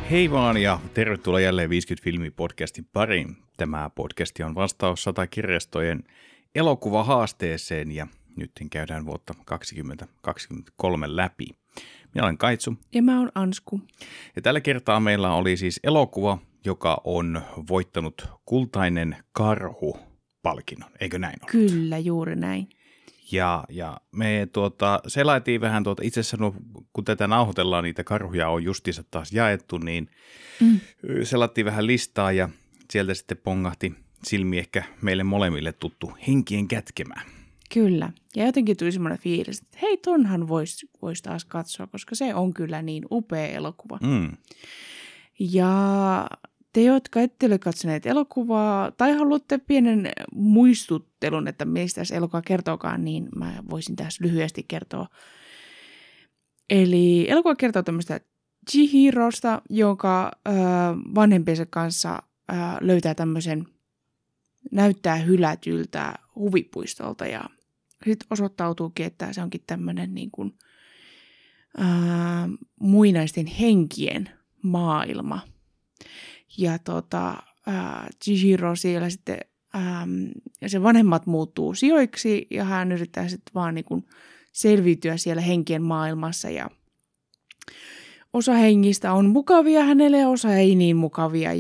Hei vaan ja tervetuloa jälleen 50 filmi-podcastin pariin. Tämä podcast on vastaus 100 kirjastojen elokuvahaasteeseen ja nyt käydään vuotta 2023 läpi. Minä olen Kaitsu. Ja mä oon Ansku. Ja tällä kertaa meillä oli siis elokuva, joka on voittanut Kultainen karhu-palkinnon. Eikö näin ole? Kyllä, juuri näin. Ja me selaitiin vähän, itse asiassa kun tätä nauhoitellaan, niitä karhuja on justiinsa taas jaettu, niin selattiin vähän listaa ja sieltä sitten pongahti silmi ehkä meille molemmille tuttu Henkien kätkemä. Kyllä, ja jotenkin tuli semmoinen fiilis, että hei, tonhan voisi taas katsoa, koska se on kyllä niin upea elokuva. Ja te, jotka ette ole katsoneet elokuvaa tai haluatte pienen muistuttelun, että mistä tässä elokuva kertookaan, niin mä voisin tässä lyhyesti kertoa. Eli elokuva kertoo tämmöistä Chihirosta, joka vanhempiensa kanssa löytää tämmöisen, näyttää hylätyltä huvipuistolta ja sitten osoittautuukin, että se onkin tämmöinen niin kuin, muinaisten henkien maailma. Ja Chihiro siellä sitten, sen vanhemmat muuttuu sijoiksi ja hän yrittää sitten vaan niin kuin selviytyä siellä henkien maailmassa. Ja osa hengistä on mukavia hänelle ja osa ei niin mukavia.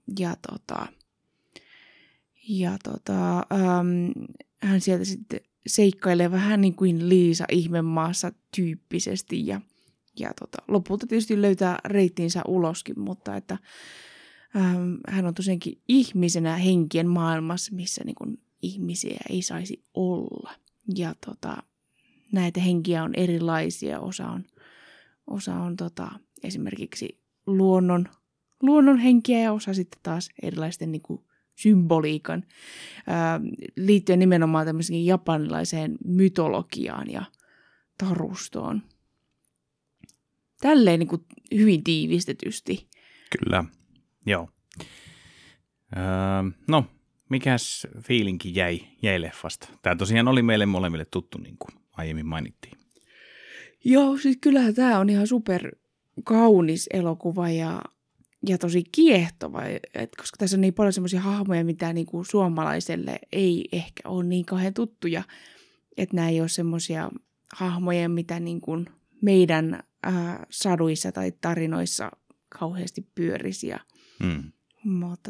Hän sieltä sitten seikkailee vähän niin kuin Liisa ihmemaassa tyyppisesti ja lopulta tietysti löytää reittinsä uloskin, mutta että hän on tosiaankin ihmisenä henkien maailmassa, missä niin kuin ihmisiä ei saisi olla. Ja näitä henkiä on erilaisia. Osa on esimerkiksi luonnon henkiä ja osa sitten taas erilaisten niin kuin symboliikan liittyen nimenomaan tämmöiseen japanilaiseen mytologiaan ja tarustoon. Tälleen niin kuin hyvin tiivistetysti. Kyllä, joo. No, mikäs fiilinki jäi leffasta? Tämä tosiaan oli meille molemmille tuttu, niin kuin aiemmin mainittiin. Joo, siis kyllähän tämä on ihan super kaunis elokuva ja tosi kiehtova, koska tässä on niin paljon semmoisia hahmoja, mitä niin kuin suomalaiselle ei ehkä ole niin kauhean tuttuja, että nämä ei ole semmoisia hahmoja, mitä niin kuin meidän saduissa tai tarinoissa kauheasti pyörisi. Mutta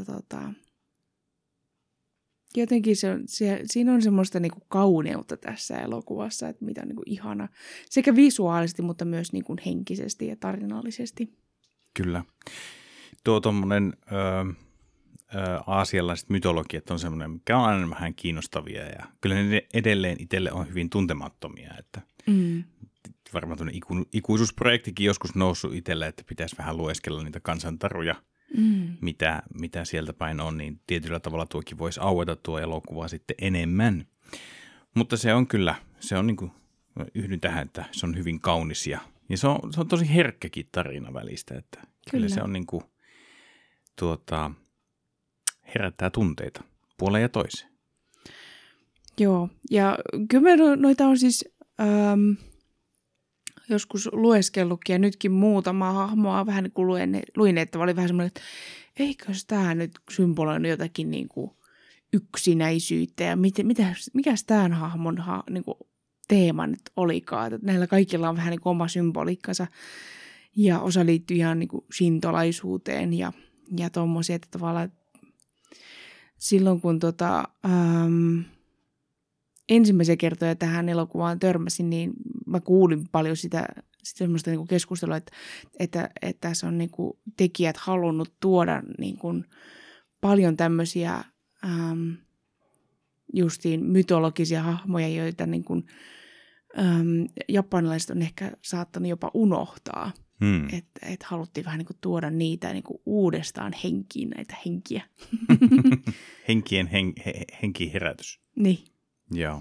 jotenkin siinä on semmoista niinku kauneutta tässä elokuvassa, että mitä on niinku ihana sekä visuaalisesti, mutta myös niinku henkisesti ja tarinallisesti. Kyllä. Tuo tuommoinen aasialaiset mytologiat on semmoinen, mikä on aina vähän kiinnostavia ja kyllä ne edelleen itselle on hyvin tuntemattomia, että varmaan tuonne ikuisuusprojektikin joskus noussut itselle, että pitäisi vähän lueskella niitä kansantaruja, mitä sieltä päin on, niin tietyllä tavalla tuokin voisi aueta tuo elokuva sitten enemmän. Mutta se on kyllä, se on niin kuin, yhdyn tähän, että se on hyvin kaunis ja se on tosi herkkäkin tarina välistä, että kyllä se on niin kuin, herättää tunteita puoleen ja toiseen. Joo, ja kyllä noita on siis joskus lueskellutkin ja nytkin muutama hahmoa vähän niin kuin luin, että oli vähän semmoinen, että eikös tämä nyt symboloinut jotakin niin kuin yksinäisyyttä ja mikäs tämän hahmon niin kuin teema nyt olikaan. Että näillä kaikilla on vähän niin kuin oma symboliikkansa ja osa liittyy ihan niin kuin shintolaisuuteen ja tommoisia, että tavallaan silloin kun ensimmäisiä kertoja tähän elokuvaan törmäsin, niin mä kuulin paljon sitä semmoista niinku keskustelua, että tässä on niinku tekijät halunnut tuoda niinku paljon tämmöisiä justiin mytologisia hahmoja, joita niinku, japanilaiset on ehkä saattanut jopa unohtaa. Että haluttiin vähän niinku tuoda niitä niinku uudestaan henkiin, näitä henkiä. Henkien henkiherätys. Niin. Joo.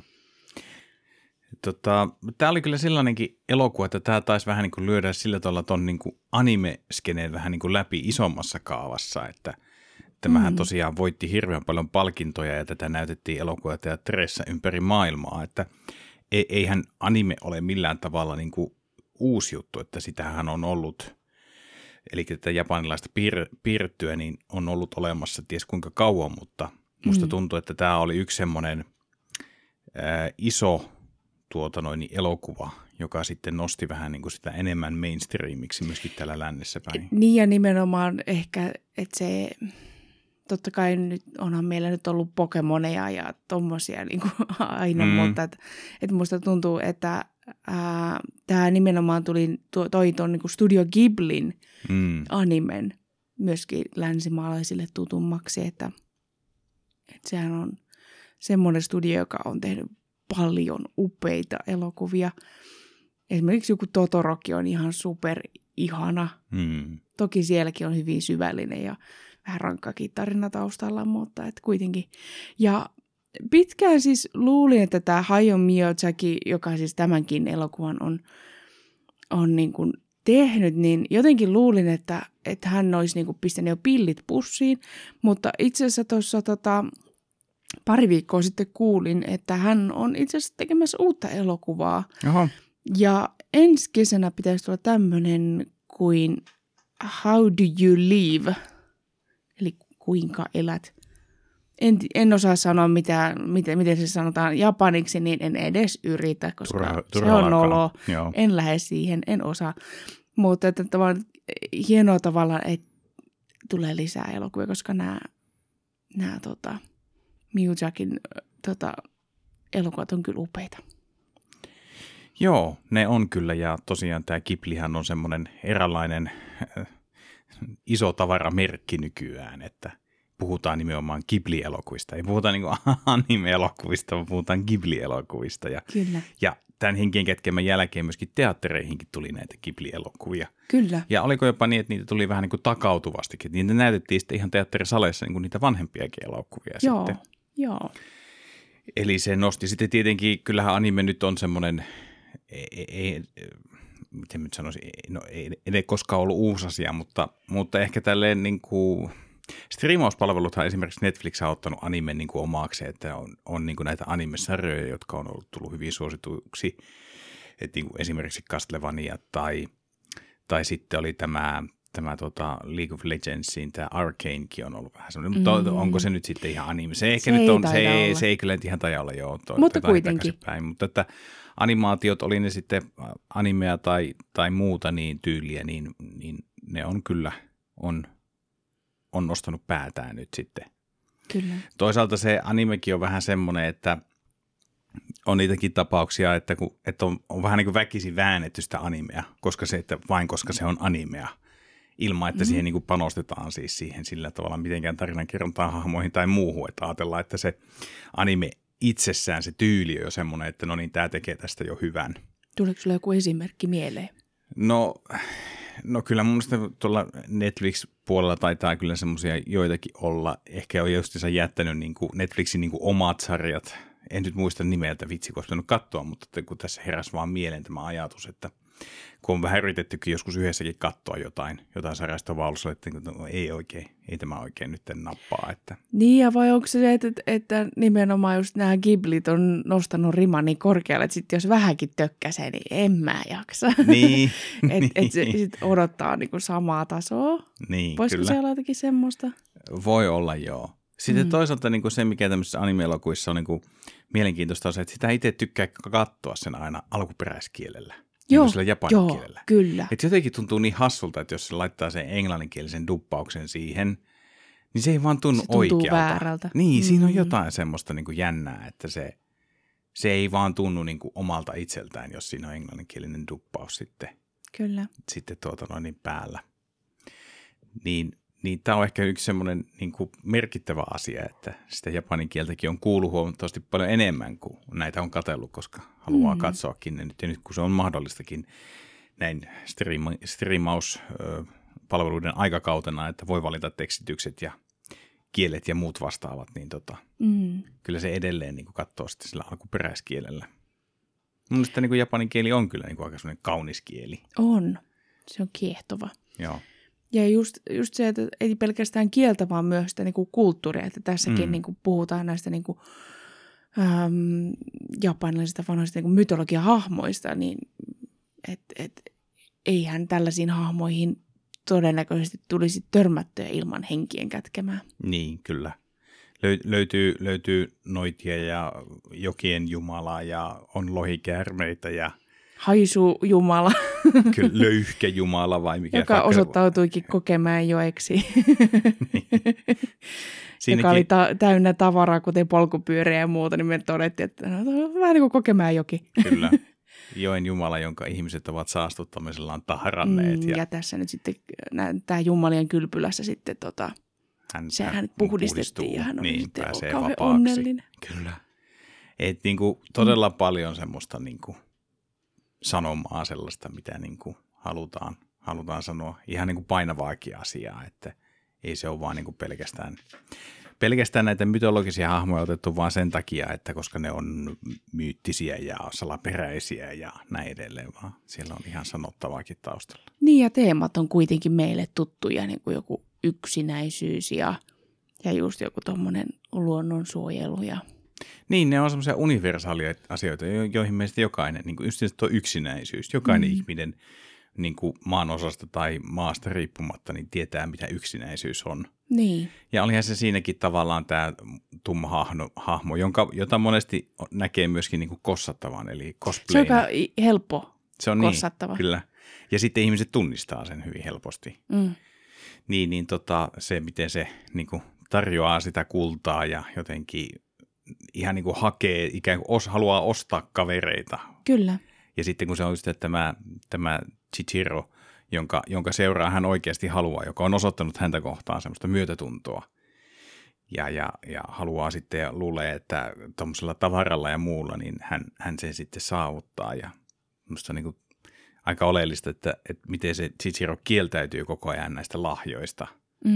Tämä oli kyllä sellainenkin elokuva, että tämä taisi vähän niin kuin lyödä sillä tavalla ton niin kuin anime-skeneen vähän niin kuin läpi isommassa kaavassa, että tämähän tosiaan voitti hirveän paljon palkintoja ja tätä näytettiin elokuvateattereissa ympäri maailmaa, että eihän anime ole millään tavalla niin kuin uusi juttu, että sitähän on ollut eli tätä japanilaista piirrettyä, niin on ollut olemassa ties kuinka kauan, mutta musta tuntuu, että tämä oli yksi semmoinen iso elokuva, joka sitten nosti vähän niin kuin sitä enemmän mainstreamiksi myöskin täällä lännessä päin. Niin ja nimenomaan ehkä, että se, totta kai nyt onhan meillä nyt ollut Pokemoneja ja tommosia niin kuin aina, mutta että musta tuntuu, että tämä nimenomaan toi tuon niin kuin Studio Ghiblin animen myöskin länsimaalaisille tutummaksi, että sehän on semmoinen studio, joka on tehnyt paljon upeita elokuvia. Esimerkiksi joku Totoroki on ihan super ihana. Toki sielläkin on hyvin syvällinen ja vähän rankkakin tarina taustalla, mutta et kuitenkin. Ja pitkään siis luulin, että tämä Hayao Miyazaki, joka siis tämänkin elokuvan on niin kuin tehnyt, niin jotenkin luulin, että hän olisi niin kuin pistänyt jo pillit pussiin, mutta itse asiassa tuossa pari viikkoa sitten kuulin, että hän on itse asiassa tekemässä uutta elokuvaa. Oho. Ja ensi kesänä pitäisi tulla tämmöinen kuin How do you live? Eli kuinka elät. En osaa sanoa, miten se sanotaan japaniksi, niin en edes yritä, koska se on nolo. En lähde siihen, en osaa. Mutta että hienoa tavalla, että tulee lisää elokuvia, koska nämä Miyazakin elokuvat on kyllä upeita. Joo, ne on kyllä, ja tosiaan tämä Ghiblihän on semmoinen eräänlainen iso tavaramerkki nykyään, että puhutaan nimenomaan Ghibli-elokuvista. Ei puhuta niin anime-elokuvista, vaan puhutaan Ghibli-elokuvista. Kyllä. Ja tämän Henkien kätkemän jälkeen myöskin teattereihinkin tuli näitä Ghibli-elokuvia. Kyllä. Ja oliko jopa niin, että niitä tuli vähän niin kuin takautuvastikin. Niitä näytettiin sitten ihan teatterisaleissa niin kuin niitä vanhempiakin elokuvia sitten. Joo. Eli se nosti sitten tietenkin, kyllähän anime nyt on semmoinen, miten nyt sanoisin, ei koskaan ollut uusi asia, mutta ehkä tälleen niin kuin striimauspalveluthan esimerkiksi Netflix on ottanut animen niin kuin omakseen, että on niin kuin näitä anime-sarjoja, jotka on tullut hyvin suosituiksi, että niin kuin esimerkiksi Castlevania tai sitten oli tämä League of Legendsin, tämä Arcanekin on ollut vähän semmoinen, mutta onko se nyt sitten ihan anime? Se ehkä nyt on, se ei kyllä ihan taida olla, joo. Mutta kuitenkin. Mutta että animaatiot, oli ne sitten animea tai muuta niin tyyliä, niin ne on kyllä, on nostanut päätään nyt sitten. Kyllä. Toisaalta se animekin on vähän semmoinen, että on niitäkin tapauksia, että on vähän niin kuin väkisin väännetty sitä animea, koska se on animea. Ilman, että siihen niin kuin panostetaan siis siihen sillä tavalla mitenkään tarinankerrontaan hahmoihin tai muuhun, että ajatellaan, että se anime itsessään, se tyyli on jo semmoinen, että no niin, tämä tekee tästä jo hyvän. Tuleeko sinulla joku esimerkki mieleen? No kyllä mun mielestä tuolla Netflix-puolella taitaa kyllä semmoisia joitakin olla. Ehkä on justiinsa jättänyt niin kuin Netflixin niin kuin omat sarjat. En nyt muista nimeltä, vitsi, kun olisi pitänyt katsoa, mutta kun tässä heräsi vaan mieleen tämä ajatus, että kun on vähän yritettykin joskus yhdessäkin katsoa jotain sarjasta vaan ollut, että no, ei tämä oikein nyt nappaa. Että. Niin, ja vai onko se, että nimenomaan just nämä Ghiblit on nostanut riman niin korkealle, että sitten jos vähänkin tökkäsee, niin en mä jaksa. Niin. Että se sit odottaa niinku samaa tasoa. Niin, voisiko kyllä. se olla jotakin semmoista? Voi olla, joo. Sitten toisaalta niin kuin se, mikä tämmöisissä anime-elokuissa on niin kuin mielenkiintoista, on se, että sitä itse tykkää katsoa sen aina alkuperäiskielellä. Joo, sillä japanin kielellä. Kyllä. Et jotenkin tuntuu niin hassulta, että jos se laittaa sen englanninkielisen duppauksen siihen, niin se ei vaan tunnu se tuntuu oikealta. väärältä. Niin, siinä on jotain semmoista niin kuin jännää, että se ei vaan tunnu niin kuin omalta itseltään, jos siinä on englanninkielinen duppaus sitten. Kyllä. Sitten niin päällä. Niin tämä on ehkä yksi semmoinen niin kuin merkittävä asia, että sitä japanin kieltäkin on kuullut huomattavasti paljon enemmän kuin näitä on katsellut, koska haluaa katsoakin ne nyt. Ja nyt kun se on mahdollistakin näin striimauspalveluiden aikakautena, että voi valita tekstitykset ja kielet ja muut vastaavat, niin kyllä se edelleen niin kuin katsoo sitten sillä alkuperäiskielellä. Mun mielestä niin kuin japanin kieli on kyllä niin kuin aika semmoinen kaunis kieli. On. Se on kiehtova. Joo. Ja just se, että ei pelkästään kieltä, vaan myös sitä niin kuin kulttuuria, että tässäkin niin kuin puhutaan näistä niin kuin, japanilaisista vanhoista niin kuin mytologiahahmoista, niin eihän tällaisiin hahmoihin todennäköisesti tulisi törmättyä ilman henkien kätkemää. Niin, kyllä. Löytyy noitia ja jokien jumalaa ja on lohikäärmeitä ja Haisu Jumala, kyllä löyhkäjumala vai mikä. joka osoittautuikin Kokemäenjoeksi, Siinäkin... joka oli täynnä tavaraa, kuten polkupyöriä ja muuta, niin me todettiin, että no, vähän niin kuin Kokemäenjoki. Kyllä, joen jumala, jonka ihmiset ovat saastuttamisellaan tahranneet. Ja tässä nyt sitten tämä Jumalien kylpylässä sitten hän puhdistettiin ja hän oli sitten kauhean vapaaksi. Onnellinen. Kyllä. Et niinku todella paljon semmoista niinku sanomaa sellaista, mitä niinku halutaan sanoa. Ihan niinku painavaakin asiaa, että ei se ole vaan niinku pelkästään näitä mytologisia hahmoja otettu vaan sen takia, että koska ne on myyttisiä ja salaperäisiä ja näin edelleen, vaan siellä on ihan sanottavaakin taustalla. Niin ja teemat on kuitenkin meille tuttuja, niin kuin joku yksinäisyys ja just joku tommoinen luonnonsuojelu. Niin, ne on semmoisia universaalia asioita, joihin meistä jokainen, niin kuin just tuo yksinäisyys, jokainen ihminen niin kuin maan osasta tai maasta riippumatta, niin tietää, mitä yksinäisyys on. Niin. Ja olihan se siinäkin tavallaan tämä tumma hahmo, jota monesti näkee myöskin niin kuin kossattavan, eli cosplayina. Se on aika helppo se on kossattava. Niin, kyllä. Ja sitten ihmiset tunnistaa sen hyvin helposti. Niin se, miten se niin kuin tarjoaa sitä kultaa ja jotenkin ihan niin kuin hakee, ikään kuin haluaa ostaa kavereita. Kyllä. Ja sitten kun se on just tämä Chichiro, jonka seuraa hän oikeasti haluaa, joka on osoittanut häntä kohtaan semmoista myötätuntoa. Ja haluaa sitten ja luulee, että tuollaisella tavaralla ja muulla, niin hän sen sitten saavuttaa. Ja musta on niin kuin aika oleellista, että miten se Chichiro kieltäytyy koko ajan näistä lahjoista.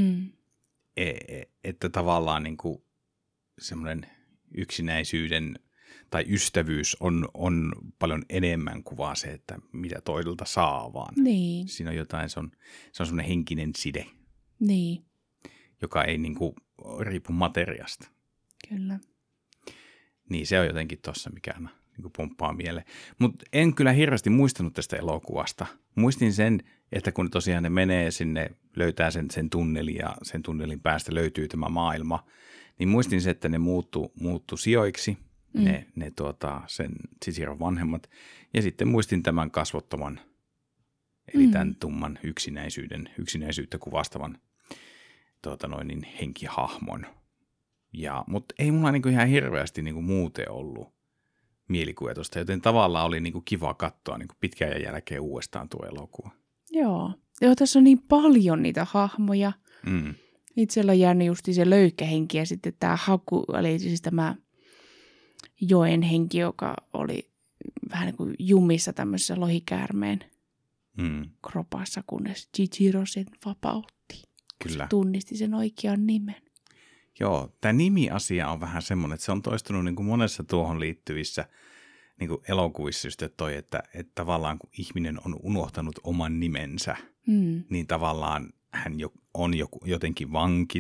Että tavallaan niin kuin semmoinen yksinäisyyden tai ystävyys on paljon enemmän kuin vaan se, että mitä toiselta saa vaan. Niin. Siinä on jotain, se on semmoinen henkinen side, niin. joka ei niin kuin riipu materiasta. Kyllä. Niin se on jotenkin tossa, mikä aina niin kuin pomppaa mieleen. Mutta en kyllä hirveästi muistanut tästä elokuvasta. Muistin sen, että kun tosiaan ne menee sinne, löytää sen tunnelin ja sen tunnelin päästä löytyy tämä maailma, niin muistin se, että ne muuttu sijoiksi, sen Chichiron vanhemmat, ja sitten muistin tämän kasvottoman, eli tämän tumman yksinäisyyttä kuvastavan henkihahmon. Mutta ei mulla niinku ihan hirveästi niinku muuten ollut mielikuvia tuosta, joten tavallaan oli niinku kiva katsoa niinku pitkän ajan jälkeen uudestaan tuo elokuva. Joo, tässä on niin paljon niitä hahmoja. Itsellä on jäänyt just se löyhkähenki ja sitten tämä Haku, eli siis tämä joen henki, joka oli vähän niin kuin jumissa tämmöisessä lohikäärmeen kropassa, kunnes Chichiro sen vapautti. Kyllä. Se tunnisti sen oikean nimen. Joo, tämä nimi-asia on vähän semmoinen, että se on toistunut niin kuin monessa tuohon liittyvissä niin kuin elokuvissa just että tavallaan kun ihminen on unohtanut oman nimensä, niin tavallaan hän on jotenkin vanki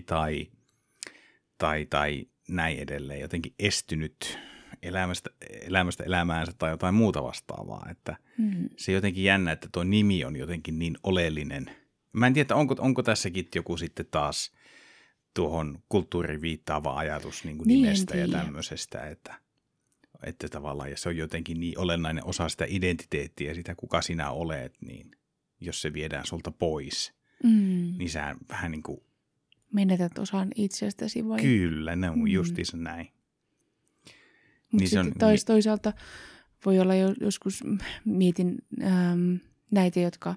tai näin edelleen, jotenkin estynyt elämästä elämäänsä tai jotain muuta vastaavaa. Että se jotenkin jännä, että tuo nimi on jotenkin niin oleellinen. Mä en tiedä, onko tässäkin joku sitten taas tuohon kulttuuriin viittaava ajatus niin kuin nimestä ja tämmöisestä, että tavallaan ja se on jotenkin niin olennainen osa sitä identiteettiä, sitä kuka sinä olet, niin jos se viedään sulta pois, niin sä vähän niin kuin menetät osan itsestäsi vai? Kyllä, ne on justiinsa näin. Mutta niin sitten toisaalta voi olla joskus, mietin näitä, jotka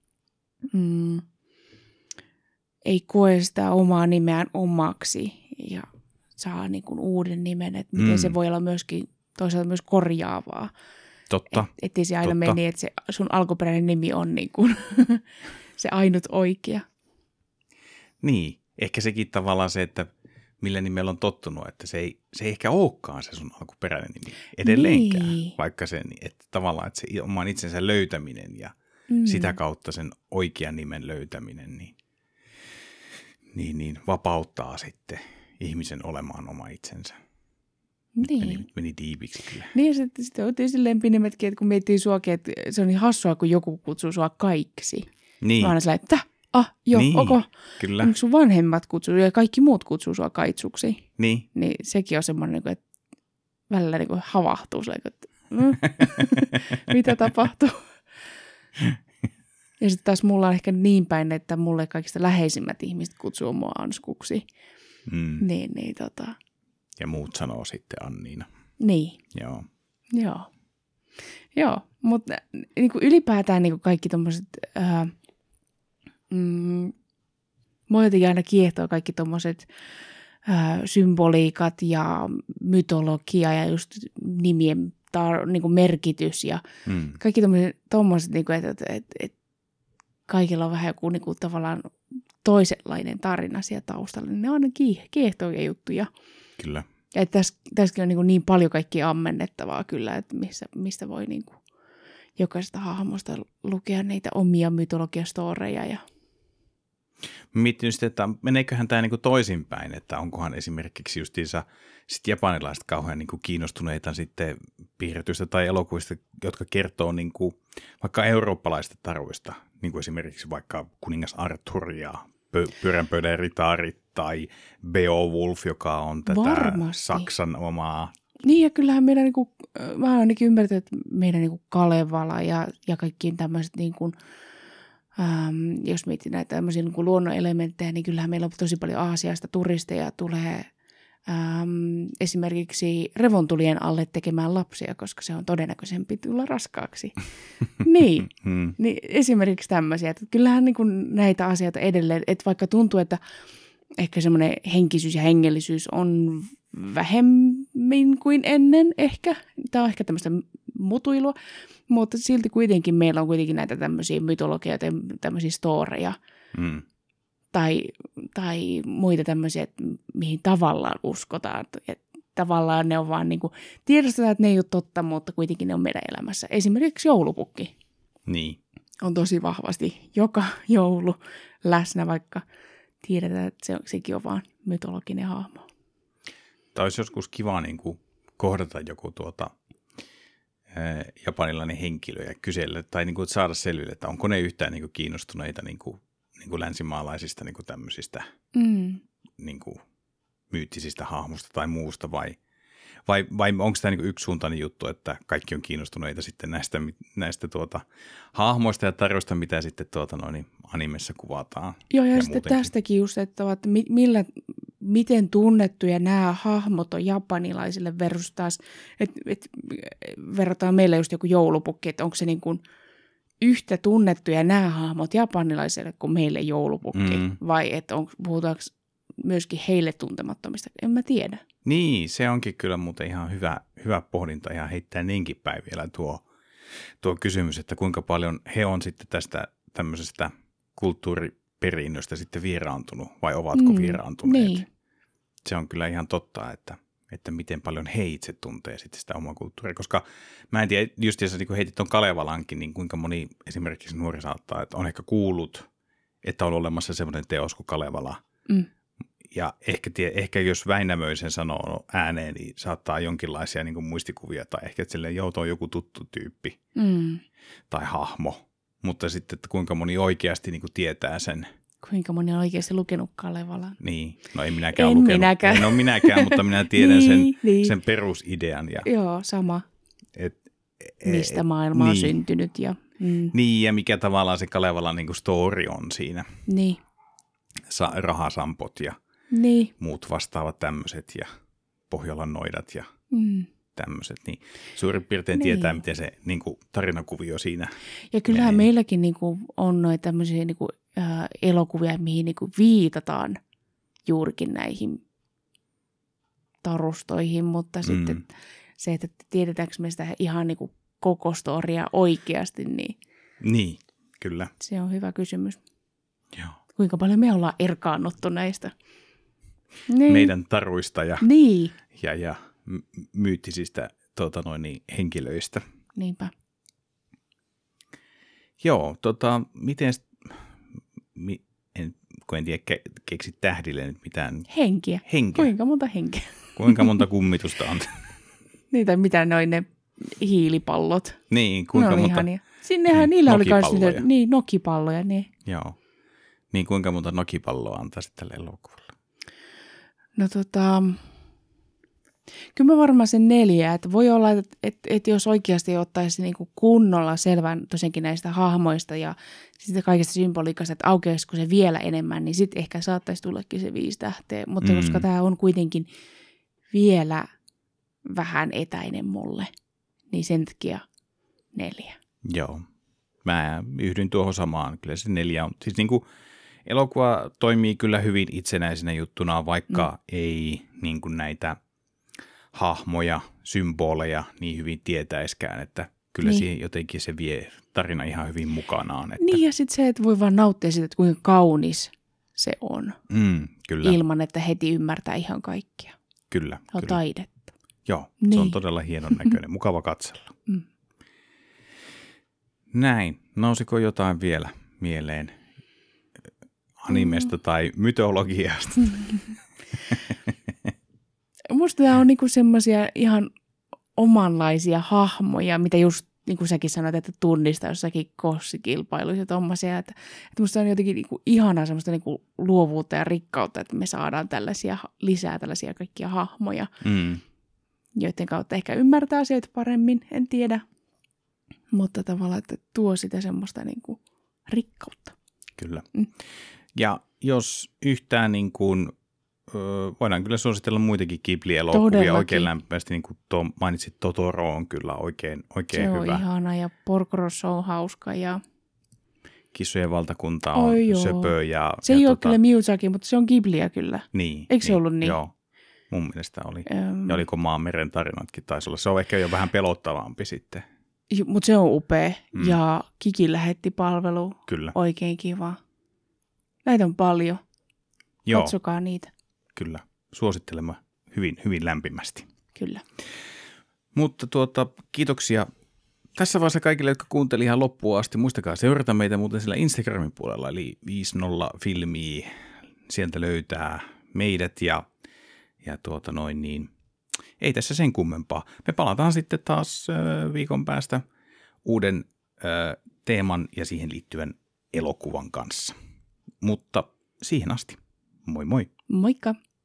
ei koe sitä omaa nimeään omaksi ja saa niin kuin uuden nimen, että miten se voi olla myöskin toisaalta myös korjaavaa. Totta. Ettei se aina mene niin, että se sun alkuperäinen nimi on niin kuin se ainut oikea. Niin, ehkä sekin tavallaan se, että millä nimellä on tottunut, että se ei ehkä olekaan se sun alkuperäinen nimi edelleenkään, vaikka se, että tavallaan että se oman itsensä löytäminen ja sitä kautta sen oikean nimen löytäminen, niin vapauttaa sitten ihmisen olemaan oma itsensä. Niin. Meni diipiksi kyllä. Niin ja sitten on tietysti lempinimetkin, että kun miettii suakin, että se on niin hassua, kun joku kutsuu sua Kaiksi. Niin. Mä aina sellainen, että Joo, niin, onko? Kyllä. Onko sun vanhemmat kutsuu ja kaikki muut kutsuu sua Kaitsuksi? Niin. Niin sekin on semmoinen, että välillä havahtuu sille, että mitä tapahtuu? Ja sitten taas mulla on ehkä niin päin, että mulle kaikista läheisimmät ihmiset kutsuu mua Anskuksi. Niin, Ja muut sanoo sitten Anniina. Niin. Joo, mutta niin ylipäätään niin kaikki tommoset, mua jotenkin aina kiehtoo kaikki tommoset symboliikat ja mytologia ja just nimien niin merkitys ja kaikki tommoset, niin että kaikilla on vähän joku niin tavallaan toisenlainen tarina siellä taustalla. Ne on aina kiehtoja juttuja. Kyllä. Ja tässäkin on niin paljon kaikkia ammennettavaa kyllä, että mistä voi niin kuin jokaisesta hahmosta lukea niitä omia mytologiastoreja. Ja Mietin sitten, että meneeköhän tämä niin toisinpäin, että onkohan esimerkiksi justiinsa sit japanilaiset kauhean niin kiinnostuneita sitten piirretyistä tai elokuvista, jotka kertoo niin kuin vaikka eurooppalaisista taruista, niin kuin esimerkiksi vaikka kuningas Arthur ja Pyörän pöydän ritaarit tai Beowulf, joka on tätä varmasti Saksan omaa. Niin ja kyllähän meidän, niin kuin, mä oon ainakin ymmärtänyt, että meidän niin kuin Kalevala ja kaikkiin tämmöiset, niin kuin, jos mietin näitä tämmöisiä niin kuin luonnonelementtejä, niin kyllähän meillä on tosi paljon Aasiasta turisteja tulee esimerkiksi revontulien alle tekemään lapsia, koska se on todennäköisempi tulla raskaaksi. Niin esimerkiksi tämmöisiä. Että kyllähän niin kuin näitä asioita edelleen, että vaikka tuntuu, että ehkä semmoinen henkisyys ja hengellisyys on vähemmin kuin ennen ehkä. Tämä on ehkä tämmöistä mutuilua, mutta silti kuitenkin meillä on kuitenkin näitä tämmöisiä mytologioita ja tämmöisiä storeja. Tai muita tämmöisiä, mihin tavallaan uskotaan. Että tavallaan ne on vaan niin kuin, tiedostetaan, että ne ei ole totta, mutta kuitenkin ne on meidän elämässä. Esimerkiksi joulupukki. Niin. On tosi vahvasti joka joulu läsnä, vaikka tiedetään, että sekin on vaan mytologinen hahmo. Tai olisi joskus kiva niin kuin kohdata joku japanilainen henkilö ja kysellä, tai niin kuin saada selville, että onko ne yhtään niin kuin kiinnostuneita niin kuin länsimaalaisista niin kuin tämmöisistä niin kuin myyttisistä hahmosta tai muusta, vai onko tämä niin kuin yksisuuntainen juttu, että kaikki on kiinnostuneita sitten näistä hahmoista ja tarjoista, mitä sitten animessa kuvataan. Joo, ja sitten tästäkin just, että miten tunnettuja nämä hahmot on japanilaisille versus taas, että verrataan meille just joku joulupukki, että onko se niin kuin yhtä tunnettuja nämä hahmot japanilaisille kuin meille joulupukki, vai että puhutaanko myöskin heille tuntemattomista, en mä tiedä. Niin, se onkin kyllä muuten ihan hyvä pohdinta ja heittää niinkin päin vielä tuo kysymys, että kuinka paljon he on sitten tästä tämmöisestä kulttuuriperinnöstä sitten vieraantunut vai ovatko vieraantuneet. Niin. Se on kyllä ihan totta, että miten paljon he itse tuntee sitten sitä omaa kulttuuria, koska mä en tiedä, just jos niin heitit tuon Kalevalankin, niin kuinka moni esimerkiksi nuori saattaa, että on ehkä kuullut, että on olemassa semmoinen teos kuin Kalevala. Ja ehkä jos Väinämöisen sanoo ääneen, niin saattaa jonkinlaisia niin kuin muistikuvia tai ehkä että silleen joutuu joku tuttu tyyppi tai hahmo. Mutta sitten, että kuinka moni oikeasti niin kuin tietää sen. Kuinka moni on oikeasti lukenut Kalevalan? Niin, no en minäkään lukenut. En ole minäkään, mutta minä tiedän sen perusidean. Ja, joo, sama. Mistä maailma on syntynyt. Ja, Niin, ja mikä tavallaan se Kalevalan niin kuin story on siinä. Niin. Rahasampot ja muut vastaavat tämmöiset ja Pohjolan noidat ja tämmöiset. Niin suurin piirtein tietää, miten se niin kuin tarinakuvio siinä ja kyllähän meilläkin niin kuin on noita tämmöisiä niin kuin, elokuvia, mihin niin kuin viitataan juurikin näihin tarustoihin, mutta sitten se, että tiedetäänkö me sitä ihan niin kuin koko storia oikeasti, niin, kyllä. Se on hyvä kysymys. Joo. Kuinka paljon me ollaan erkaannuttu näistä meidän taruista ja myyttisistä henkilöistä. Niinpä. Joo, miten, en tiedä, keksi tähdille nyt mitään. Henkiä. Kuinka monta henkeä? Kuinka monta kummitusta on? Niitä, mitä noin ne hiilipallot. Niin, kuinka monta ihania. Sinnehän niillä oli myös nokipalloja. Niin. Joo. Niin kuinka monta nokipalloa antaisit tälle elokuvalle? No kyllä mä varmaan sen 4, että voi olla, että jos oikeasti ottaisi niinku kunnolla selvän tosiaankin näistä hahmoista ja sitten kaikesta symboliikasta, että aukeaisiko se vielä enemmän, niin sitten ehkä saattaisi tullakin se 5 tähteä, mutta koska tämä on kuitenkin vielä vähän etäinen mulle, niin sen takia 4. Joo, mä yhdyn tuohon samaan. Kyllä se 4 on. Siis niin kuin elokuva toimii kyllä hyvin itsenäisenä juttuna, vaikka ei niin kuin näitä hahmoja, symboleja niin hyvin tietäiskään, että kyllä siihen jotenkin se vie tarina ihan hyvin mukanaan. Että... Niin ja sitten se, että voi vaan nauttia siitä, että kuinka kaunis se on, kyllä. Ilman että heti ymmärtää ihan kaikkia. Kyllä. Se on taidetta. Joo, se on todella hienon näköinen, mukava katsella. Näin, nousiko jotain vielä mieleen animesta tai mytologiasta? Musta tämä on niinku semmoisia ihan omanlaisia hahmoja, mitä just niin kuin säkin sanoit, että tunnistaa jossakin kossikilpailuissa ja tommosia. Että musta on jotenkin niinku ihanaa semmoista niinku luovuutta ja rikkautta, että me saadaan lisää tällaisia kaikkia hahmoja, joiden kautta ehkä ymmärtää asioita paremmin, en tiedä. Mutta tavallaan, että tuo sitä semmoista niinku rikkautta. Kyllä. Ja jos yhtään niin kuin, voidaan kyllä suositella muitakin Ghibli-elokuvia. Todellakin. Oikein lämpimästi, niin kuin mainitsit, Totoro on kyllä oikein se hyvä. Se on ihana ja Porco Rosso on hauska ja... Kissojen valtakunta on söpö. Se ei ole kyllä Miyazaki, mutta se on Ghibliä kyllä. Niin. Eikö se ollut niin? Joo, mun mielestä oli. Ja oliko Maanmeren tarinatkin taisi olla. Se on ehkä jo vähän pelottavampi sitten. Mutta se on upea ja Kiki lähetti palvelu. Kyllä. Oikein kiva. Näitä on paljon. Joo. Katsokaa niitä. Kyllä. Suosittelemme hyvin, hyvin lämpimästi. Kyllä. Mutta kiitoksia tässä vaiheessa kaikille, jotka kuuntelivat ihan loppuun asti. Muistakaa seurata meitä muuten sillä Instagramin puolella, eli 50filmiä. Sieltä löytää meidät ja ei tässä sen kummempaa. Me palataan sitten taas viikon päästä uuden teeman ja siihen liittyvän elokuvan kanssa. Mutta siihen asti. Moi moi. Moikka.